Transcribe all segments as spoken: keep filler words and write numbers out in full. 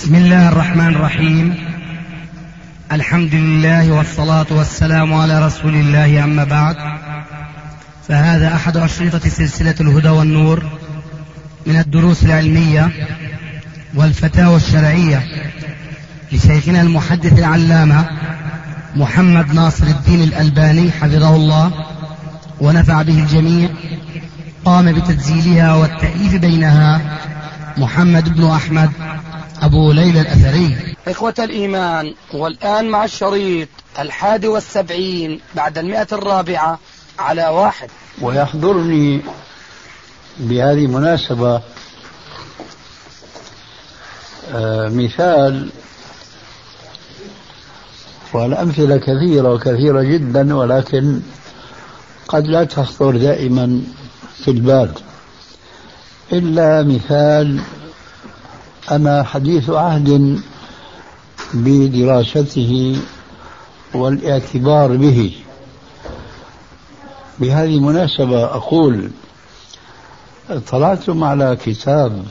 بسم الله الرحمن الرحيم. الحمد لله والصلاة والسلام على رسول الله، أما بعد، فهذا أحد أشرطة سلسلة الهدى والنور من الدروس العلمية والفتاوى الشرعية لشيخنا المحدث العلامة محمد ناصر الدين الألباني حفظه الله ونفع به الجميع. قام بتسجيلها والتأليف بينها محمد بن أحمد أبو ليلى الأثري. إخوة الإيمان، والآن مع الشريط الحادي والسبعين بعد المئة الرابعة على واحد. ويحضرني بهذه المناسبة آه مثال، والأمثلة كثيرة وكثيرة جدا، ولكن قد لا تخطر دائما في البال، إلا مثال أنا حديث عهد بدراسته والاعتبار به. بهذه المناسبة أقول: طلعتم على كتاب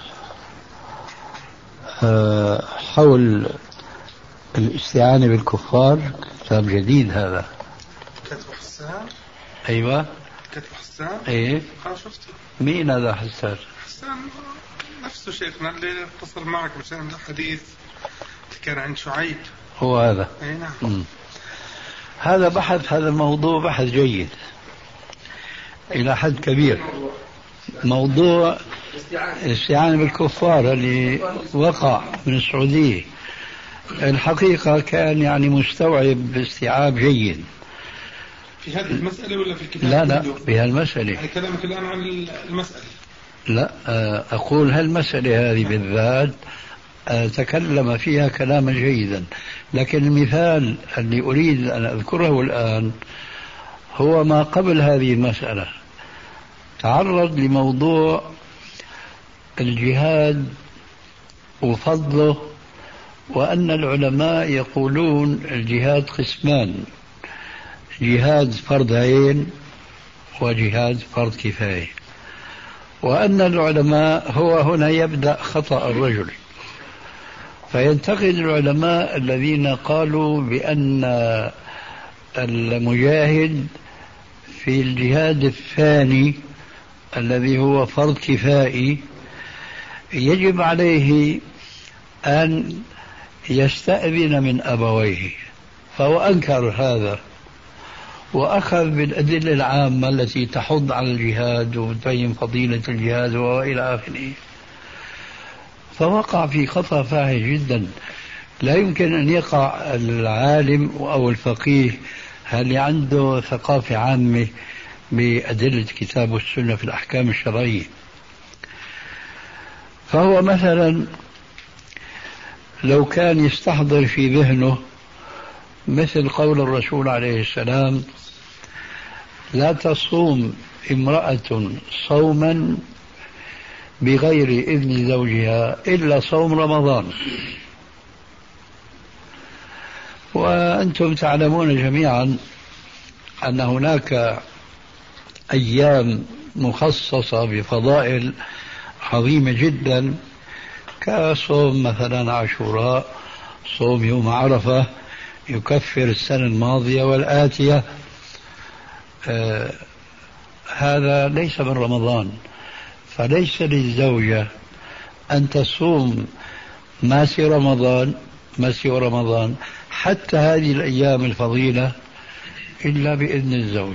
حول الاستعانة بالكفار، كتاب جديد هذا. كتب حسان؟ أيوة كتب حسان؟ إيه. أنا شفته. مين هذا حسان؟ حسان نفسه شيخنا اللي اتصل معك مشان الحديث كان عن شعيب. هو هذا؟ أي نعم. م. هذا بحث، هذا الموضوع بحث جيد إلى حد كبير. موضوع الاستعانة بالكفار اللي وقع من السعودية، الحقيقة كان يعني مستوعب باستيعاب جيد. في هذه المسألة ولا في الكتاب؟ لا لا، بهالمسألة. يعني كلامك الآن عن المسألة؟ لا، أقول هالمسألة هذه بالذات تكلم فيها كلاما جيدا، لكن المثال اللي أريد أن أذكره الآن هو ما قبل هذه المسألة. تعرض لموضوع الجهاد وفضله، وأن العلماء يقولون الجهاد قسمان: جهاد فرض عين وجهاد فرض كفاية. وأن العلماء، هو هنا يبدأ خطأ الرجل، فينتقد العلماء الذين قالوا بأن المجاهد في الجهاد الثاني الذي هو فرض كفائي يجب عليه أن يستأذن من أبويه، فهو أنكر هذا وأخذ بالأدلة العامة التي تحض على الجهاد وتبين فضيلة الجهاد وإلى آخره، فوقع في خطأ فاحش جدا. لا يمكن أن يقع العالم أو الفقيه اللي عنده ثقافة عامة بأدلة كتاب والسنة في الأحكام الشرعية. فهو مثلا لو كان يستحضر في ذهنه مثل قول الرسول عليه السلام: لا تصوم امرأة صوما بغير إذن زوجها إلا صوم رمضان. وأنتم تعلمون جميعا أن هناك أيام مخصصة بفضائل عظيمة جدا، كصوم مثلا عاشوراء، صوم يوم عرفة يكفر السنة الماضية والآتية. آه هذا ليس من رمضان، فليس للزوجة أن تصوم ما سوى رمضان ما سوى رمضان حتى هذه الأيام الفضيلة إلا بإذن الزوج.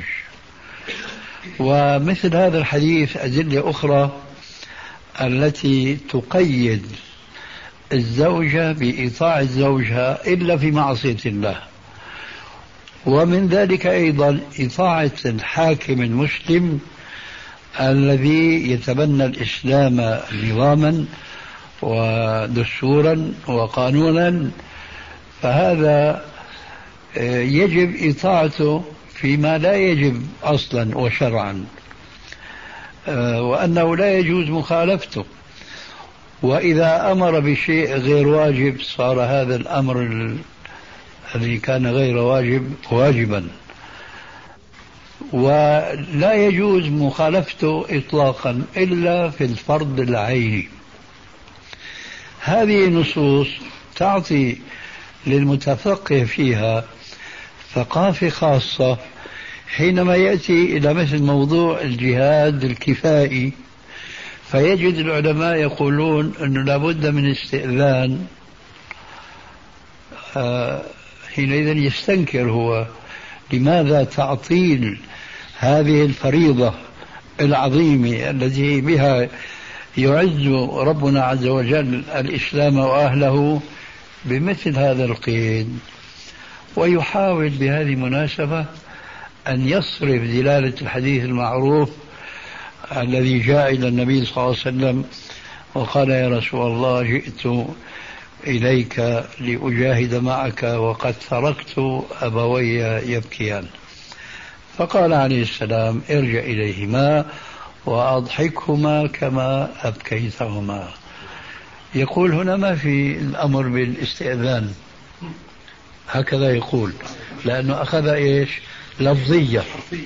ومثل هذا الحديث أدلة أخرى التي تقيد الزوجة بإطاعة زوجها إلا في معصية الله، ومن ذلك أيضا إطاعة الحاكم المسلم الذي يتبنى الإسلام نظاما ودستورا وقانونا، فهذا يجب إطاعته فيما لا يجب أصلا وشرعا، وأنه لا يجوز مخالفته. وإذا أمر بشيء غير واجب صار هذا الأمر الذي كان غير واجب واجبا، ولا يجوز مخالفته إطلاقا إلا في الفرض العيني. هذه النصوص تعطي للمتفقه فيها ثقافة خاصة حينما يأتي إلى مثل موضوع الجهاد الكفائي، فيجد العلماء يقولون أنه لابد من استئذان. آه حينئذ يستنكر هو لماذا تعطيل هذه الفريضة العظيمة التي بها يعز ربنا عز وجل الإسلام وأهله بمثل هذا القيد. ويحاول بهذه المناسبة أن يصرف دلالة الحديث المعروف الذي جاء إلى النبي صلى الله عليه وسلم وقال: يا رسول الله، جئت إليك لأجاهد معك وقد تركت أبوي يبكيان. فقال عليه السلام: ارجع إليهما وأضحكهما كما أبكيتهما. يقول هنا ما في الأمر بالاستئذان، هكذا يقول، لأنه أخذ إيش؟ لفظية.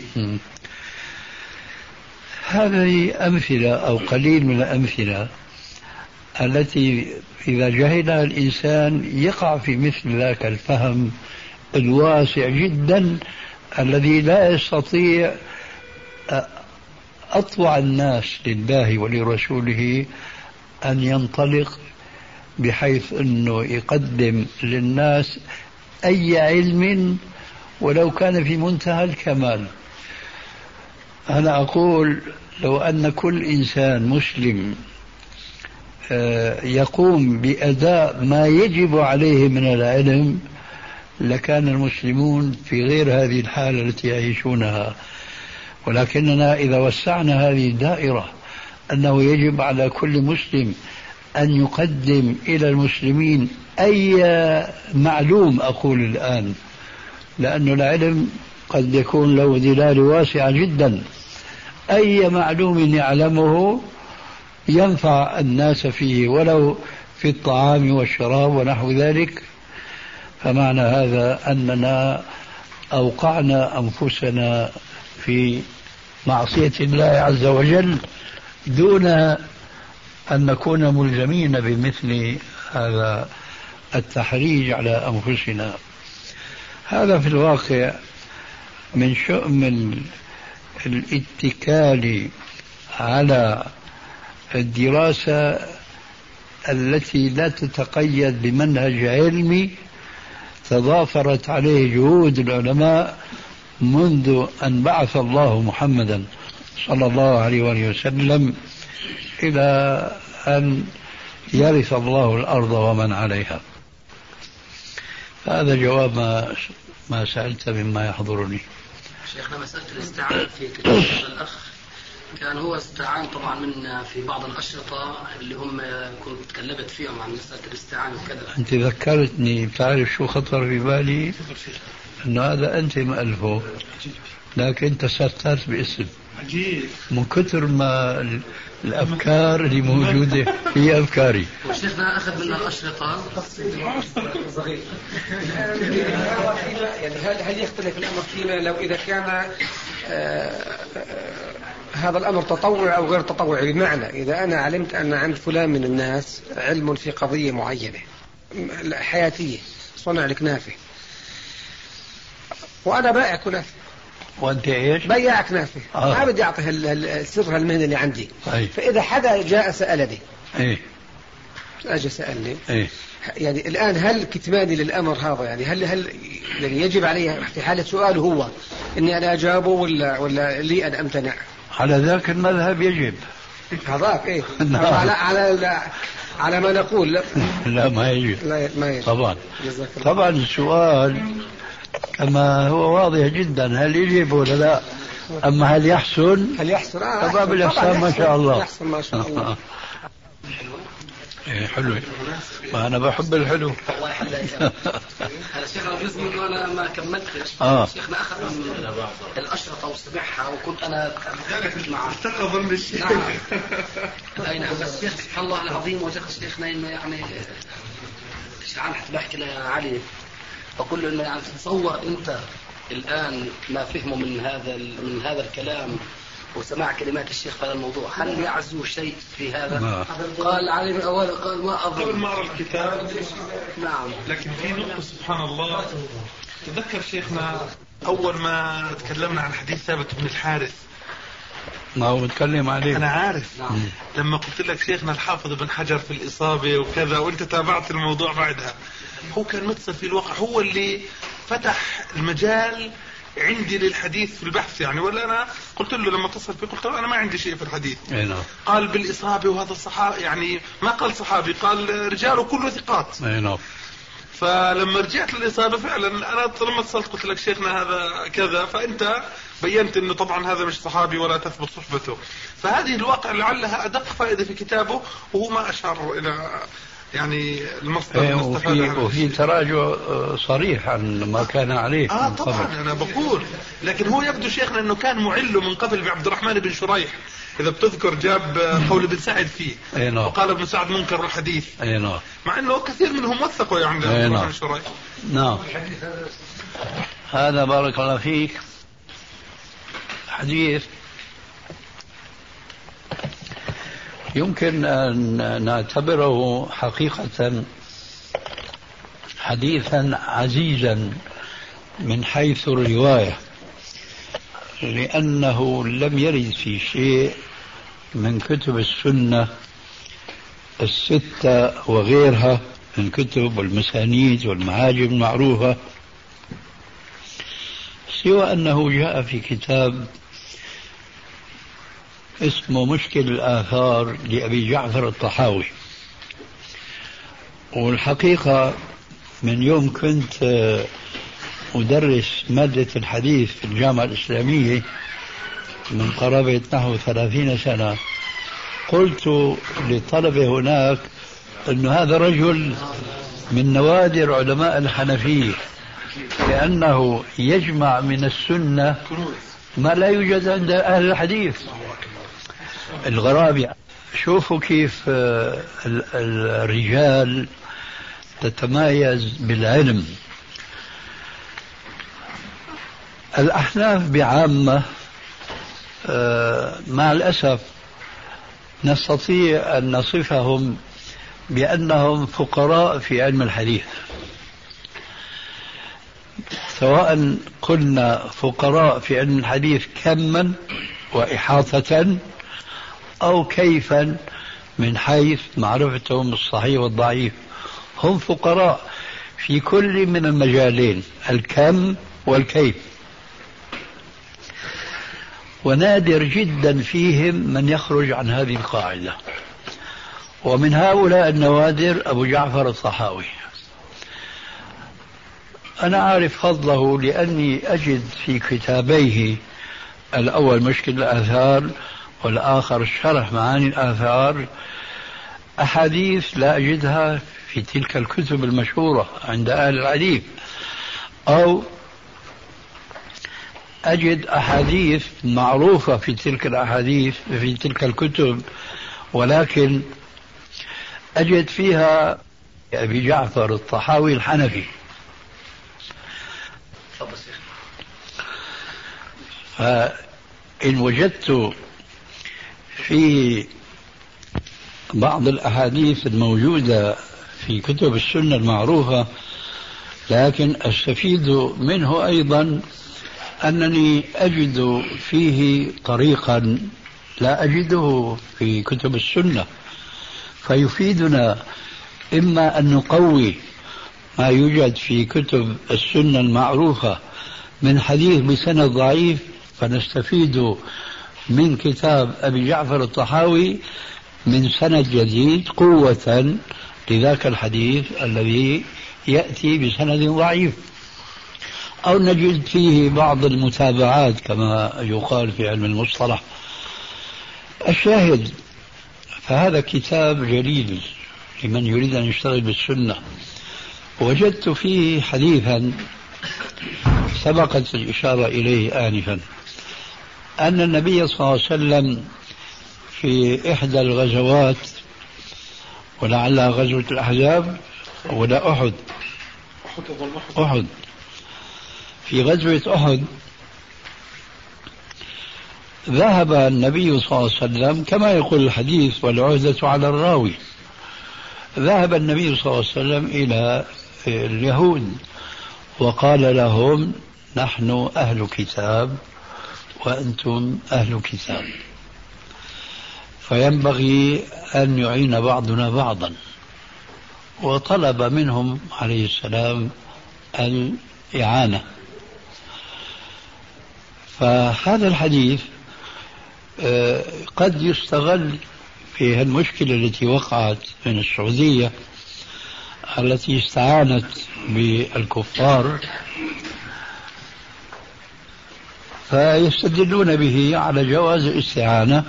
هذه أمثلة أو قليل من الأمثلة التي إذا جهلها الإنسان يقع في مثل ذاك الفهم الواسع جدا الذي لا يستطيع أطوع الناس لله ولرسوله أن ينطلق بحيث أنه يقدم للناس أي علم ولو كان في منتهى الكمال. أنا أقول لو أن كل إنسان مسلم يقوم بأداء ما يجب عليه من العلم لكان المسلمون في غير هذه الحالة التي يعيشونها. ولكننا إذا وسعنا هذه الدائرة أنه يجب على كل مسلم أن يقدم إلى المسلمين أي معلوم، أقول الآن لأن العلم قد يكون له دلالة واسعة جدا، أي معلوم يعلمه ينفع الناس فيه ولو في الطعام والشراب ونحو ذلك. فمعنى هذا أننا أوقعنا أنفسنا في معصية الله عز وجل دون أن نكون ملزمين بمثل هذا التحريج على أنفسنا. هذا في الواقع من شؤم الاتكال على الدراسة التي لا تتقيد بمنهج علمي تضافرت عليه جهود العلماء منذ أن بعث الله محمدا صلى الله عليه وآله وسلم إلى أن يرث الله الأرض ومن عليها. هذا جواب ما, ما سألت مما يحضرني. شيخنا مسألة الاستعانة في كتاب الأخ كان هو استعان طبعا من في بعض الأشرطة اللي هم كنت تكلمت فيهم عن مسألة الاستعانة وكذا. أنت ذكرتني، تعرف شو خطر في بالي؟ أنه هذا أنت مألفه لكن أنت سترت باسم عجيب من كثر ما الأفكار اللي موجودة في أفكاري. وشيخنا أخذ منها الأشرطة صغير. يعني هل هل يختلف الأمر فيما لو إذا كان آه هذا الأمر تطوعي أو غير تطوعي؟ بمعنى إذا أنا علمت أن عند فلان من الناس علم في قضية معينة حياتية، صنع الكنافة، وأنا بائع كنافة وأنت إيش؟ بياع كنافة، آه. ما بدي أعطي السر هالمهنة اللي عندي. أي. فإذا حدا جاء سألني إيه أجي سألني إيه يعني الآن هل كتماني للأمر هذا يعني هل هل يعني يجب علي في حالة سؤاله هو إني أنا أجابه ولا ولا لي أن أمتنع؟ على ذاك المذهب يجب هذاك إيه على على على ما نقول لا, لا ما يجب. لا ما يجب طبعا. طبعا السؤال كما هو واضح جدا، هل يجب ولا لا؟ أما هل يحسن؟ هل يحسن؟ آه طبعا بالإحسان ما شاء الله. يحسن ما شاء الله. إيه حلو، ما أنا بحب الحلو. الله يحلى. هذا شيخنا جزء منه أنا ما كملتش. آه. شيخنا أخذ من الأشرطة واستمعها وكنت أنا مع استقى ظن الشيء. نعم. أي نعم. بس شيخ سبحان الله العظيم وجد شيخنا إنه يعني إيش عم حتى بحكي لعلي فقل له إنه يعني تتصور أنت الآن ما فهمه من هذا من هذا الكلام وسماع كلمات الشيخ في هذا الموضوع، هل يعزو شيء في هذا؟ ما. قال علي من أول قال ما قبل أظن. ما أرى الكتاب. نعم. لكن في نقطة سبحان الله، تذكر شيخنا أول ما تكلمنا عن حديث ثابت بن الحارث، ما هو متكلم عليه. أنا عارف. نعم. لما قلت لك شيخنا الحافظ بن حجر في الإصابة وكذا، وأنت تابعت الموضوع بعدها، هو كان متصل في الواقع، هو اللي فتح المجال عندي للحديث في البحث يعني. ولا أنا قلت له لما اتصل فيه قلت له أنا ما عندي شيء في الحديث. نعم. قال بالإصابة، وهذا الصحابي يعني ما قال صحابي، قال رجاله كله ثقات. نعم. فلما رجعت للإصابة فعلا أنا لما اتصلت قلت لك شيخنا هذا كذا، فأنت بينت أنه طبعا هذا مش صحابي ولا تثبت صحبته. فهذه الواقع لعلها أدق فائدة في كتابه، وهو ما أشار إلى يعني المصدر إيه، المستفاد. وفي, وفي تراجع صريح عن ما كان عليه. آه طبعا أنا بقول، لكن هو يبدو شيخنا أنه كان معله من قبل بعبد الرحمن بن شريح، إذا بتذكر جاب قول ابن سعد فيه. أي نعم. وقال ابن سعد منكر الحديث. أي نعم. مع أنه كثير منهم وثقوا يعني عبد الرحمن بن شريح. نعم. هذا بارك الله فيك حديث يمكن أن نعتبره حقيقة حديثا عزيزا من حيث الرواية، لأنه لم يرد في شيء من كتب السنة الستة وغيرها من كتب والمسانيد والمعاجم المعروفة، سوى أنه جاء في كتاب اسمه مشكل الآثار لأبي جعفر الطحاوي. والحقيقة من يوم كنت أدرس مادة الحديث في الجامعة الإسلامية من قرابة نحو ثلاثين سنة، قلت للطلبة هناك أن هذا رجل من نوادر علماء الحنفية، لأنه يجمع من السنة ما لا يوجد عند أهل الحديث. الغرابة شوفوا كيف الرجال تتميز بالعلم. الأحناف بعامة مع الأسف نستطيع أن نصفهم بأنهم فقراء في علم الحديث، سواء قلنا فقراء في علم الحديث كما وإحاطة أو كيفا من حيث معرفتهم الصحيح والضعيف. هم فقراء في كل من المجالين، الكم والكيف، ونادر جدا فيهم من يخرج عن هذه القاعدة. ومن هؤلاء النوادر أبو جعفر الطحاوي. أنا أعرف فضله لأني أجد في كتابيه، الأول مشكل الآثار والآخر شرح معاني الآثار، أحاديث لا أجدها في تلك الكتب المشهورة عند أهل الحديث، أو أجد أحاديث معروفة في تلك الأحاديث في تلك الكتب، ولكن أجد فيها أبي جعفر الطحاوي الحنفي. فإن وجدت في بعض الأحاديث الموجودة في كتب السنة المعروفة، لكن أستفيد منه أيضا أنني أجد فيه طريقا لا أجده في كتب السنة، فيفيدنا إما أن نقوي ما يوجد في كتب السنة المعروفة من حديث بسند ضعيف، فنستفيد من كتاب أبي جعفر الطحاوي من سند جديد قوة لذاك الحديث الذي يأتي بسند ضعيف، أو نجد فيه بعض المتابعات كما يقال في علم المصطلح. الشاهد، فهذا كتاب جليل لمن يريد أن يشتغل بالسنة. وجدت فيه حديثا سبقت الإشارة إليه آنفا، أن النبي صلى الله عليه وسلم في إحدى الغزوات، ولعلها غزوة الأحزاب ولا أحد أحد في غزوة أحد ذهب النبي صلى الله عليه وسلم كما يقول الحديث والعهدة على الراوي، ذهب النبي صلى الله عليه وسلم إلى اليهود وقال لهم نحن أهل كتاب وأنتم أهل كتاب، فينبغي أن يعين بعضنا بعضا، وطلب منهم عليه السلام الإعانة. فهذا الحديث قد يستغل في المشكلة التي وقعت من السعودية التي استعانت بالكفار، فيستدلون به على جواز الاستعانة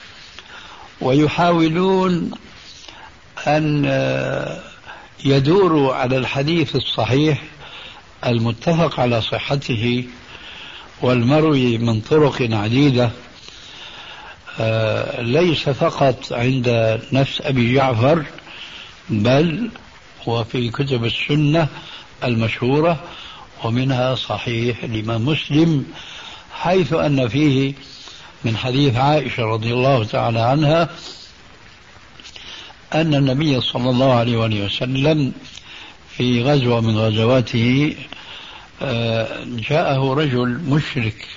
ويحاولون أن يدوروا على الحديث الصحيح المتفق على صحته والمروي من طرق عديدة، ليس فقط عند نفس أبي جعفر بل وفي كتب السنة المشهورة، ومنها صحيح الإمام مسلم، حيث أن فيه من حديث عائشة رضي الله تعالى عنها أن النبي صلى الله عليه وسلم في غزوة من غزواته جاءه رجل مشرك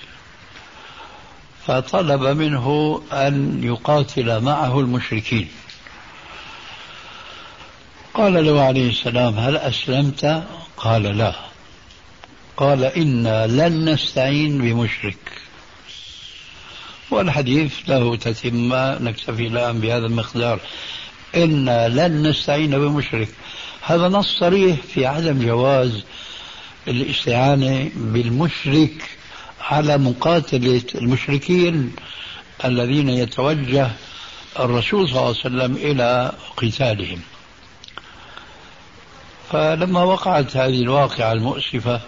فطلب منه أن يقاتل معه المشركين، قال له عليه السلام هل أسلمت؟ قال لا. قال إنا لن نستعين بمشرك. والحديث له تتمة، نكتفي الآن بهذا المقدار. إنا لن نستعين بمشرك، هذا نص صريح في عدم جواز الاستعانة بالمشرك على مقاتلة المشركين الذين يتوجه الرسول صلى الله عليه وسلم إلى قتالهم. فلما وقعت هذه الواقعة المؤسفة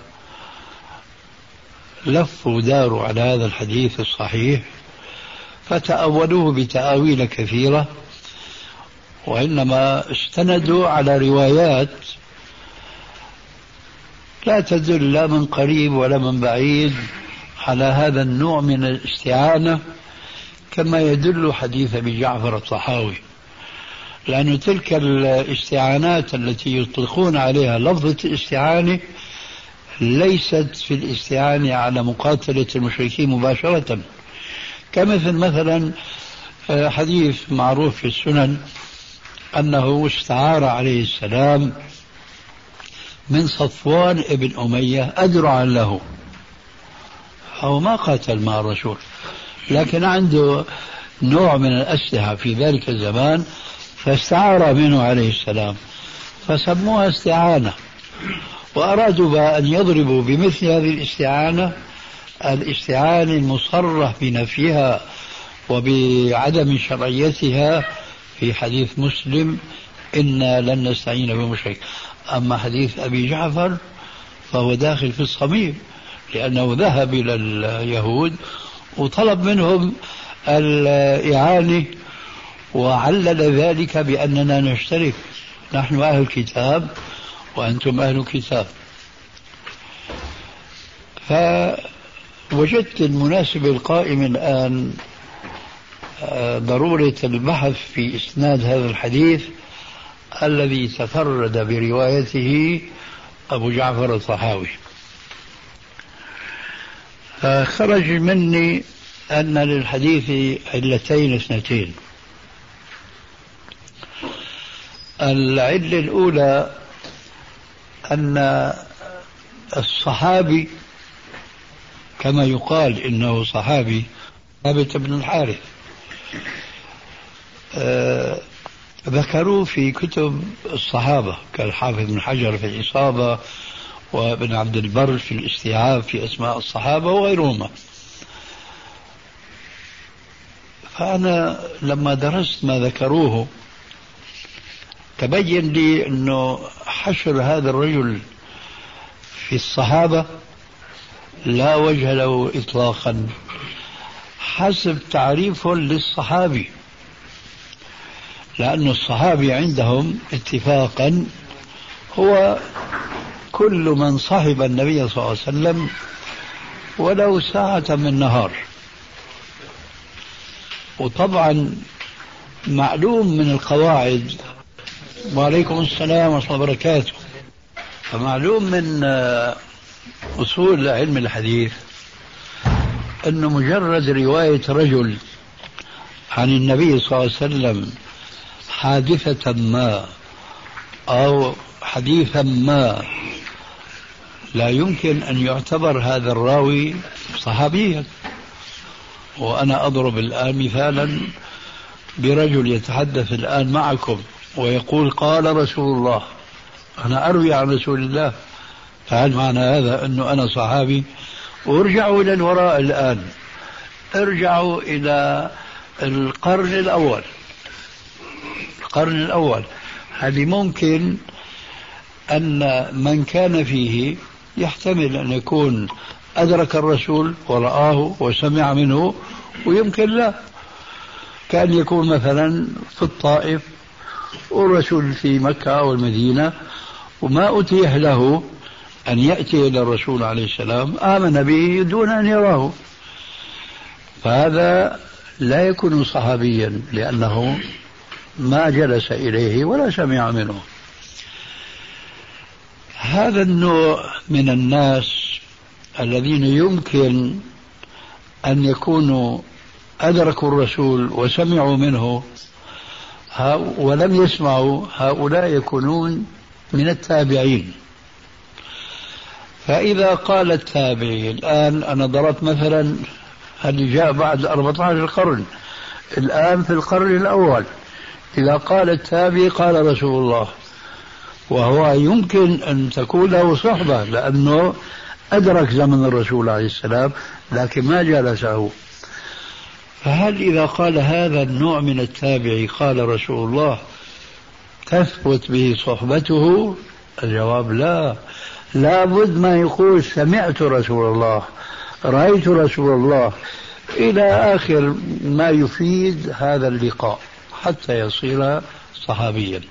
لفوا داروا على هذا الحديث الصحيح فتأولوه بتأويل كثيرة، وإنما استندوا على روايات لا تدل لا من قريب ولا من بعيد على هذا النوع من الاستعانة، كما يدل حديث أبي جعفر الطحاوي، لأن تلك الاستعانات التي يطلقون عليها لفظة الاستعانة ليست في الاستعانة على مقاتلة المشركين مباشرة، كمثل مثلا حديث معروف في السنن أنه استعار عليه السلام من صفوان ابن أمية أدرعا له، هو ما قاتل مع الرسول لكن عنده نوع من الأسلحة في ذلك الزمان فاستعار منه عليه السلام، فسموها استعانة، وأرادوا بقى أن يضربوا بمثل هذه الاستعانة الاستعانة المصرح بنفيها وبعدم شرعيتها في حديث مسلم إنا لن نستعين بمشرك. أما حديث أبي جعفر فهو داخل في الصميم، لأنه ذهب إلى اليهود وطلب منهم الإعانة وعلل ذلك بأننا نشترك، نحن أهل الكتاب وأنتم أهل الكتاب. فوجدت المناسبة القائم الآن ضرورة البحث في إسناد هذا الحديث الذي تفرد بروايته أبو جعفر الطحاوي. خرج مني أن للحديث علتين اثنتين. العلة الأولى أن الصحابي كما يقال إنه صحابي ثابت بن الحارث أه ذكروا في كتب الصحابة كالحافظ بن حجر في الإصابة وابن عبد البر في الاستيعاب في أسماء الصحابة وغيرهما. فأنا لما درست ما ذكروه تبين لي أنه حشر هذا الرجل في الصحابة لا وجه له إطلاقا حسب تعريف للصحابي، لأن الصحابي عندهم اتفاقا هو كل من صحب النبي صلى الله عليه وسلم ولو ساعة من نهار، وطبعا معلوم من القواعد. وعليكم السلام ورحمة الله وبركاته. فمعلوم من أصول علم الحديث أنه مجرد رواية رجل عن النبي صلى الله عليه وسلم حادثة ما أو حديثا ما لا يمكن أن يعتبر هذا الراوي صحابيا. وأنا أضرب الآن مثالا برجل يتحدث الآن معكم ويقول قال رسول الله، أنا أروي عن رسول الله، فهل معنى هذا أنه أنا صحابي؟ وارجعوا إلى الوراء الآن، ارجعوا إلى القرن الأول. القرن الأول هذه ممكن أن من كان فيه يحتمل أن يكون أدرك الرسول ورآه وسمع منه، ويمكن لا، كان يكون مثلا في الطائف والرسول في مكة أو المدينة وما أتيح له أن يأتي إلى الرسول عليه السلام، آمن به دون أن يراه، فهذا لا يكون صحابيا لأنه ما جلس إليه ولا سمع منه. هذا النوع من الناس الذين يمكن أن يكونوا أدركوا الرسول وسمعوا منه ولم يسمعوا، هؤلاء يكونون من التابعين. فإذا قال التابعي الآن، أنا ضربت مثلا اللي جاء بعد أربعة عشر قرن، الآن في القرن الأول، إذا قال التابعي قال رسول الله، وهو يمكن أن تكون له صحبة لأنه أدرك زمن الرسول عليه السلام لكن ما جلسه، فهل إذا قال هذا النوع من التابعي قال رسول الله تثبت به صحبته؟ الجواب لا، لابد ما يقول سمعت رسول الله، رأيت رسول الله، إلى آخر ما يفيد هذا اللقاء حتى يصير صحابيا.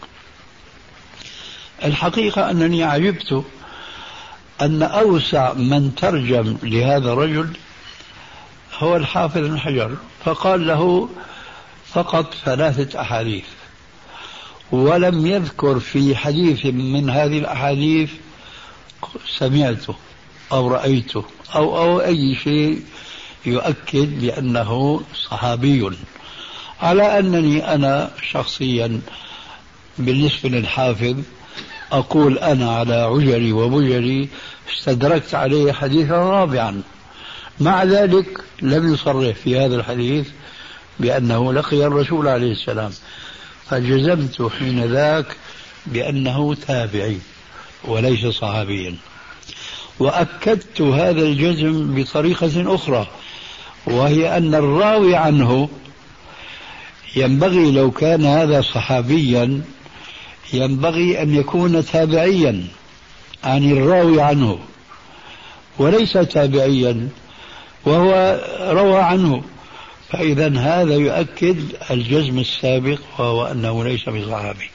الحقيقة أنني عجبت أن أوسع من ترجم لهذا الرجل هو الحافظ بن حجر، فقال له فقط ثلاثة أحاديث، ولم يذكر في حديث من هذه الأحاديث سمعته أو رأيته أو, أو أي شيء يؤكد بأنه صحابي. على أنني أنا شخصيا بالنسبة للحافظ أقول أنا على عجري وبجري استدركت عليه حديثا رابعا، مع ذلك لم يصرح في هذا الحديث بأنه لقي الرسول عليه السلام، فجزمت حين ذاك بأنه تابعي وليس صحابيا. وأكدت هذا الجزم بطريقة أخرى، وهي أن الراوي عنه ينبغي لو كان هذا صحابيا ينبغي أن يكون تابعيا عن الراوي عنه، وليس تابعيا وهو روى عنه، فإذا هذا يؤكد الجزم السابق وهو أنه ليس بصحابي.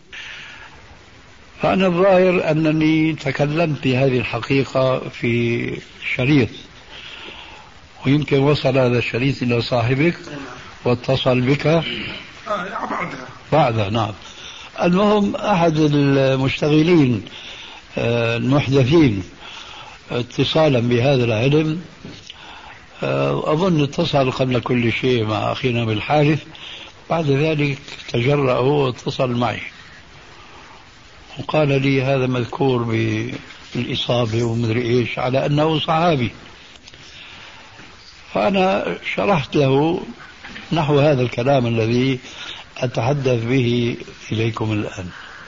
فأنا الظاهر أنني تكلمت بهذه الحقيقة في شريط، ويمكن وصل هذا الشريط إلى صاحبك واتصل بك آه بعدها بعدها نعم. المهم أحد المشتغلين المحدثين اتصالا بهذا العلم أظن اتصل قبل كل شيء مع أخينا بالحارث، بعد ذلك تجرأ واتصل معي وقال لي هذا مذكور بالإصابة ومدري إيش على أنه صحابي. فأنا شرحت له نحو هذا الكلام الذي أتحدث به إليكم الآن.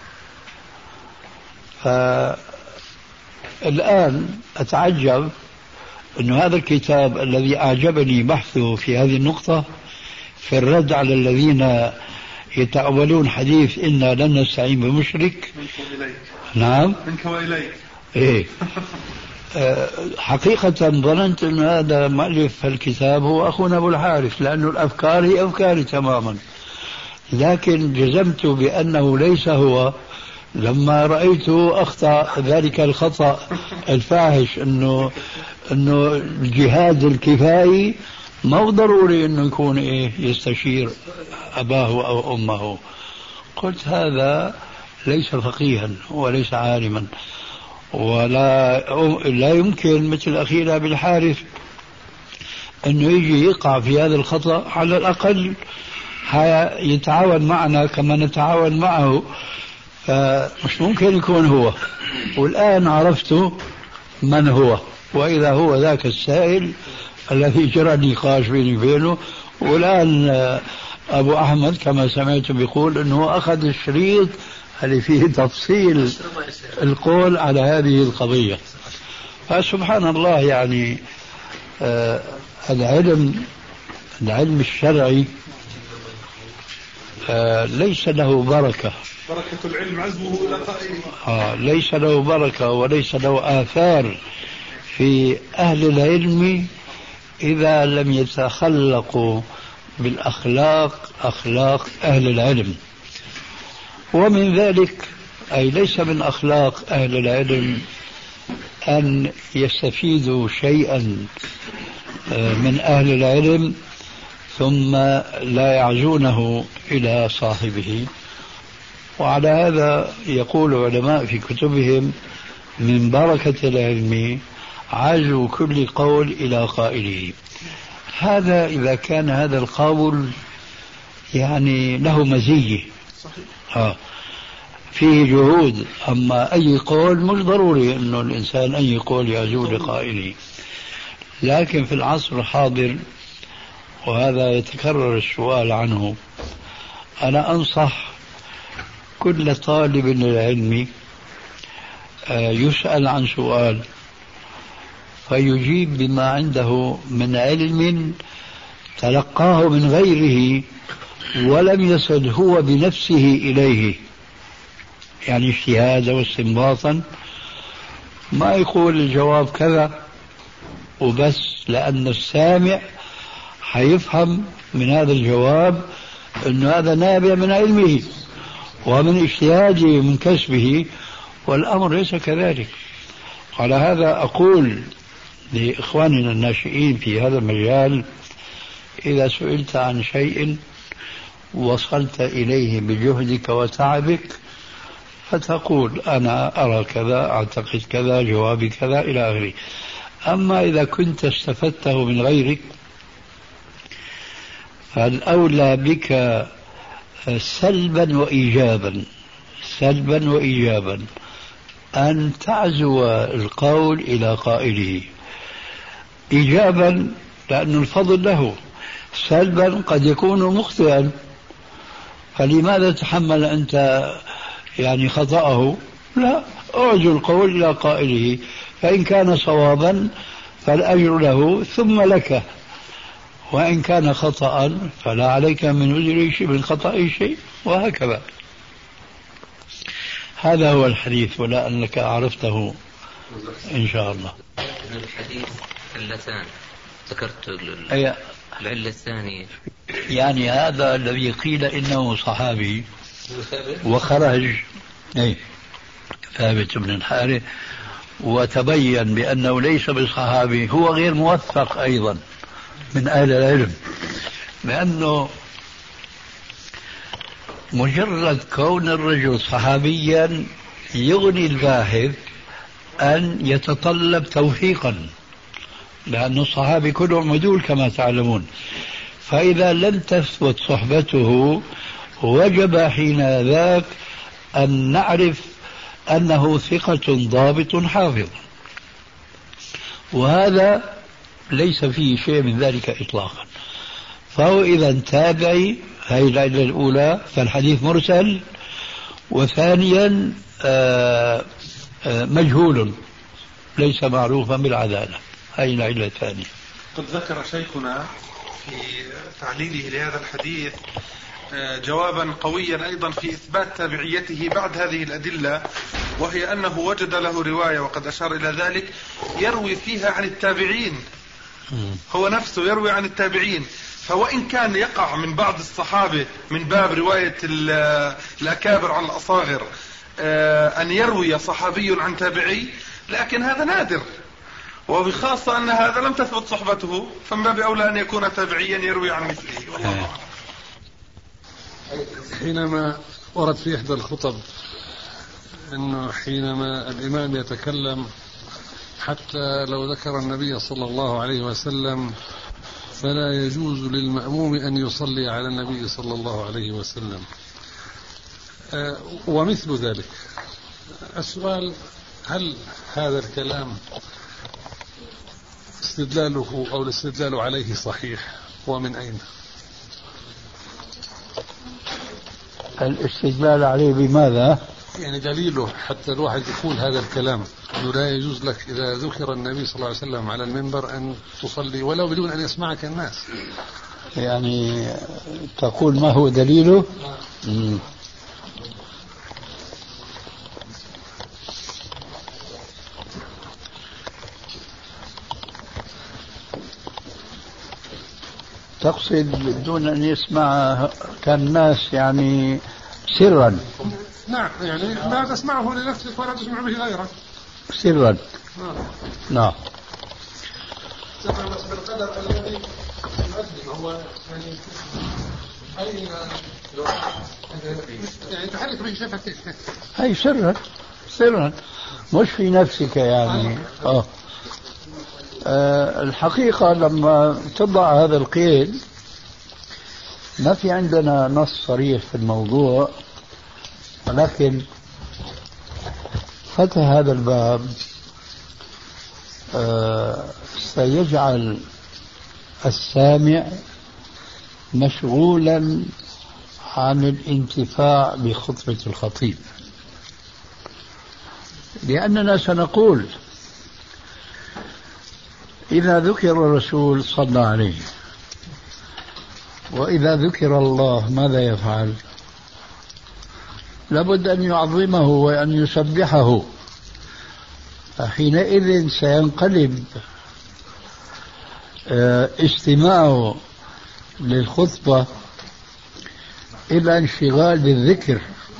فالآن أتعجب أن هذا الكتاب الذي أعجبني بحثه في هذه النقطة في الرد على الذين يتأولون حديث إنا لن نستعين بمشرك منك وإليك. نعم منك وإليك. إيه حقيقة ظننت أن هذا مؤلف الكتاب هو أخونا أبو الحارث، لأن الأفكار هي أفكاري تماما، لكن جزمت بأنه ليس هو لما رأيته أخطأ ذلك الخطأ الفاحش أنه أنه الجهاد الكفائي ما هو ضروري أنه يكون إيه يستشير أباه أو أمه. قلت هذا ليس فقيها وليس عالما، ولا لا يمكن مثل أخينا بالحارث أنه يجي يقع في هذا الخطأ. على الأقل يتعاون معنا كما نتعاون معه، فمش ممكن يكون هو. والآن عرفت من هو، وإذا هو ذاك السائل الذي جرى النقاش بيني وبينه. والآن أبو أحمد كما سمعت بيقول أنه أخذ الشريط اللي فيه تفصيل القول على هذه القضية. فسبحان الله، يعني آه العلم العلم الشرعي آه ليس له بركة. بركة العلم عزمه إلى قائله. آه ليس له بركة وليس له آثار في أهل العلم إذا لم يتخلقوا بالأخلاق أخلاق أهل العلم. ومن ذلك أي ليس من أخلاق أهل العلم أن يستفيدوا شيئا من أهل العلم ثم لا يعزونه إلى صاحبه. وعلى هذا يقول العلماء في كتبهم من بركة العلم عزو كل قول إلى قائله. هذا إذا كان هذا القول يعني له مزية آه. فيه جهود. أما أي قول مش ضروري أنه الإنسان أي قول يعزو لقائله. لكن في العصر الحاضر، وهذا يتكرر السؤال عنه، أنا أنصح كل طالب للعلم يسأل عن سؤال فيجيب بما عنده من علم تلقاه من غيره ولم يصل هو بنفسه إليه، يعني اجتهادا واستنباطا. ما يقول الجواب كذا وبس، لأن السامع حيفهم من هذا الجواب أن هذا نابع من علمه ومن اجتهاده من كسبه، والأمر ليس كذلك. على هذا أقول لإخواننا الناشئين في هذا المجال: إذا سئلت عن شيء وصلت إليه بجهدك وتعبك فتقول أنا أرى كذا، أعتقد كذا، جوابي كذا، إلى آخره. أما إذا كنت استفدته من غيرك فالأولى بك سلبا وإيجابا سلبا وإيجابا أن تعزو القول إلى قائله. إيجابا لأن الفضل له، سلبا قد يكون مخطئا، فلماذا تحمل أنت يعني خطأه؟ لا، أعزو القول إلى قائله، فإن كان صوابا فالأجر له ثم لك، وإن كان خطأ فلا عليك من وزر شيء من خطأ شيء، وهكذا. هذا هو الحديث، ولا أنك عرفته إن شاء الله. الحديث علتان ذكرت أي العلة الثانية، يعني هذا الذي قيل إنه صحابي وخرج أي ثابت بن الحارث وتبين بأنه ليس بصحابي، هو غير موثق أيضا من أهل العلم، لأنه مجرد كون الرجل صحابيا يغني الباحث أن يتطلب توثيقا، لأن الصحابي كلهم عدول كما تعلمون. فإذا لم تثبت صحبته وجب حين ذاك أن نعرف أنه ثقة ضابط حافظ، وهذا ليس فيه شيء من ذلك إطلاقا. فهو إذا تابعي، هذه العلة الأولى، فالحديث مرسل، وثانيا آآ آآ مجهول ليس معروفا بالعدالة، هذه العلة الثانية. قد ذكر شيخنا في تعليله لهذا الحديث جوابا قويا أيضا في إثبات تابعيته بعد هذه الأدلة، وهي أنه وجد له رواية وقد أشار إلى ذلك يروي فيها عن التابعين، هو نفسه يروي عن التابعين. فوإن كان يقع من بعض الصحابة من باب رواية الأكابر عن الأصاغر أن يروي صحابي عن تابعي، لكن هذا نادر، وبخاصة أن هذا لم تثبت صحبته، فمن باب أولى أن يكون تابعيا يروي عن مثله. والله أعلم. حينما ورد في إحدى الخطب أنه حينما الإمام يتكلم حتى لو ذكر النبي صلى الله عليه وسلم فلا يجوز للمأموم أن يصلي على النبي صلى الله عليه وسلم، ومثل ذلك. السؤال: هل هذا الكلام استدلاله أو الاستدلال عليه صحيح، ومن أين؟ الاستدلال عليه بماذا؟ يعني دليله حتى الواحد يقول هذا الكلام، أنه لا يجوز لك إذا ذكر النبي صلى الله عليه وسلم على المنبر أن تصلي ولو بدون أن يسمعك الناس. يعني تقول ما هو دليله؟ مم. تقصد دون أن يسمع كالناس يعني سرا؟ نعم، يعني لا تسمعه لنفسك ولا تسمع به غيرك سرا. نعم. بس بالقدر الذي يؤدي هو يعني أين يعني تحرك به شفتك هي سرا سرا مش في نفسك يعني. آه. آه الحقيقة لما تضع هذا القيد ما في عندنا نص صريح في الموضوع، ولكن فتح هذا الباب آه سيجعل السامع مشغولا عن الانتفاع بخطبة الخطيب، لأننا سنقول إذا ذكر الرسول صلى عليه وإذا ذكر الله ماذا يفعل؟ لابد أن يعظمه وأن يسبحه، حينئذ سينقلب استماعه للخطبة إلى انشغال بالذكر،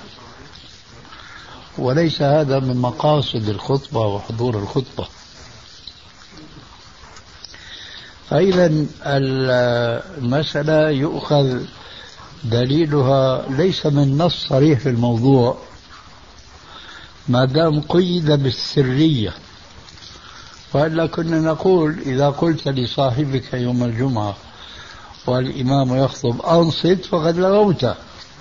وليس هذا من مقاصد الخطبة وحضور الخطبة. فإذا المسألة يؤخذ دليلها ليس من نص صريح في الموضوع ما دام قيد بالسرية، وإلا كنا نقول إذا قلت لصاحبك يوم الجمعة والإمام يخطب أنصت فقد لغوت.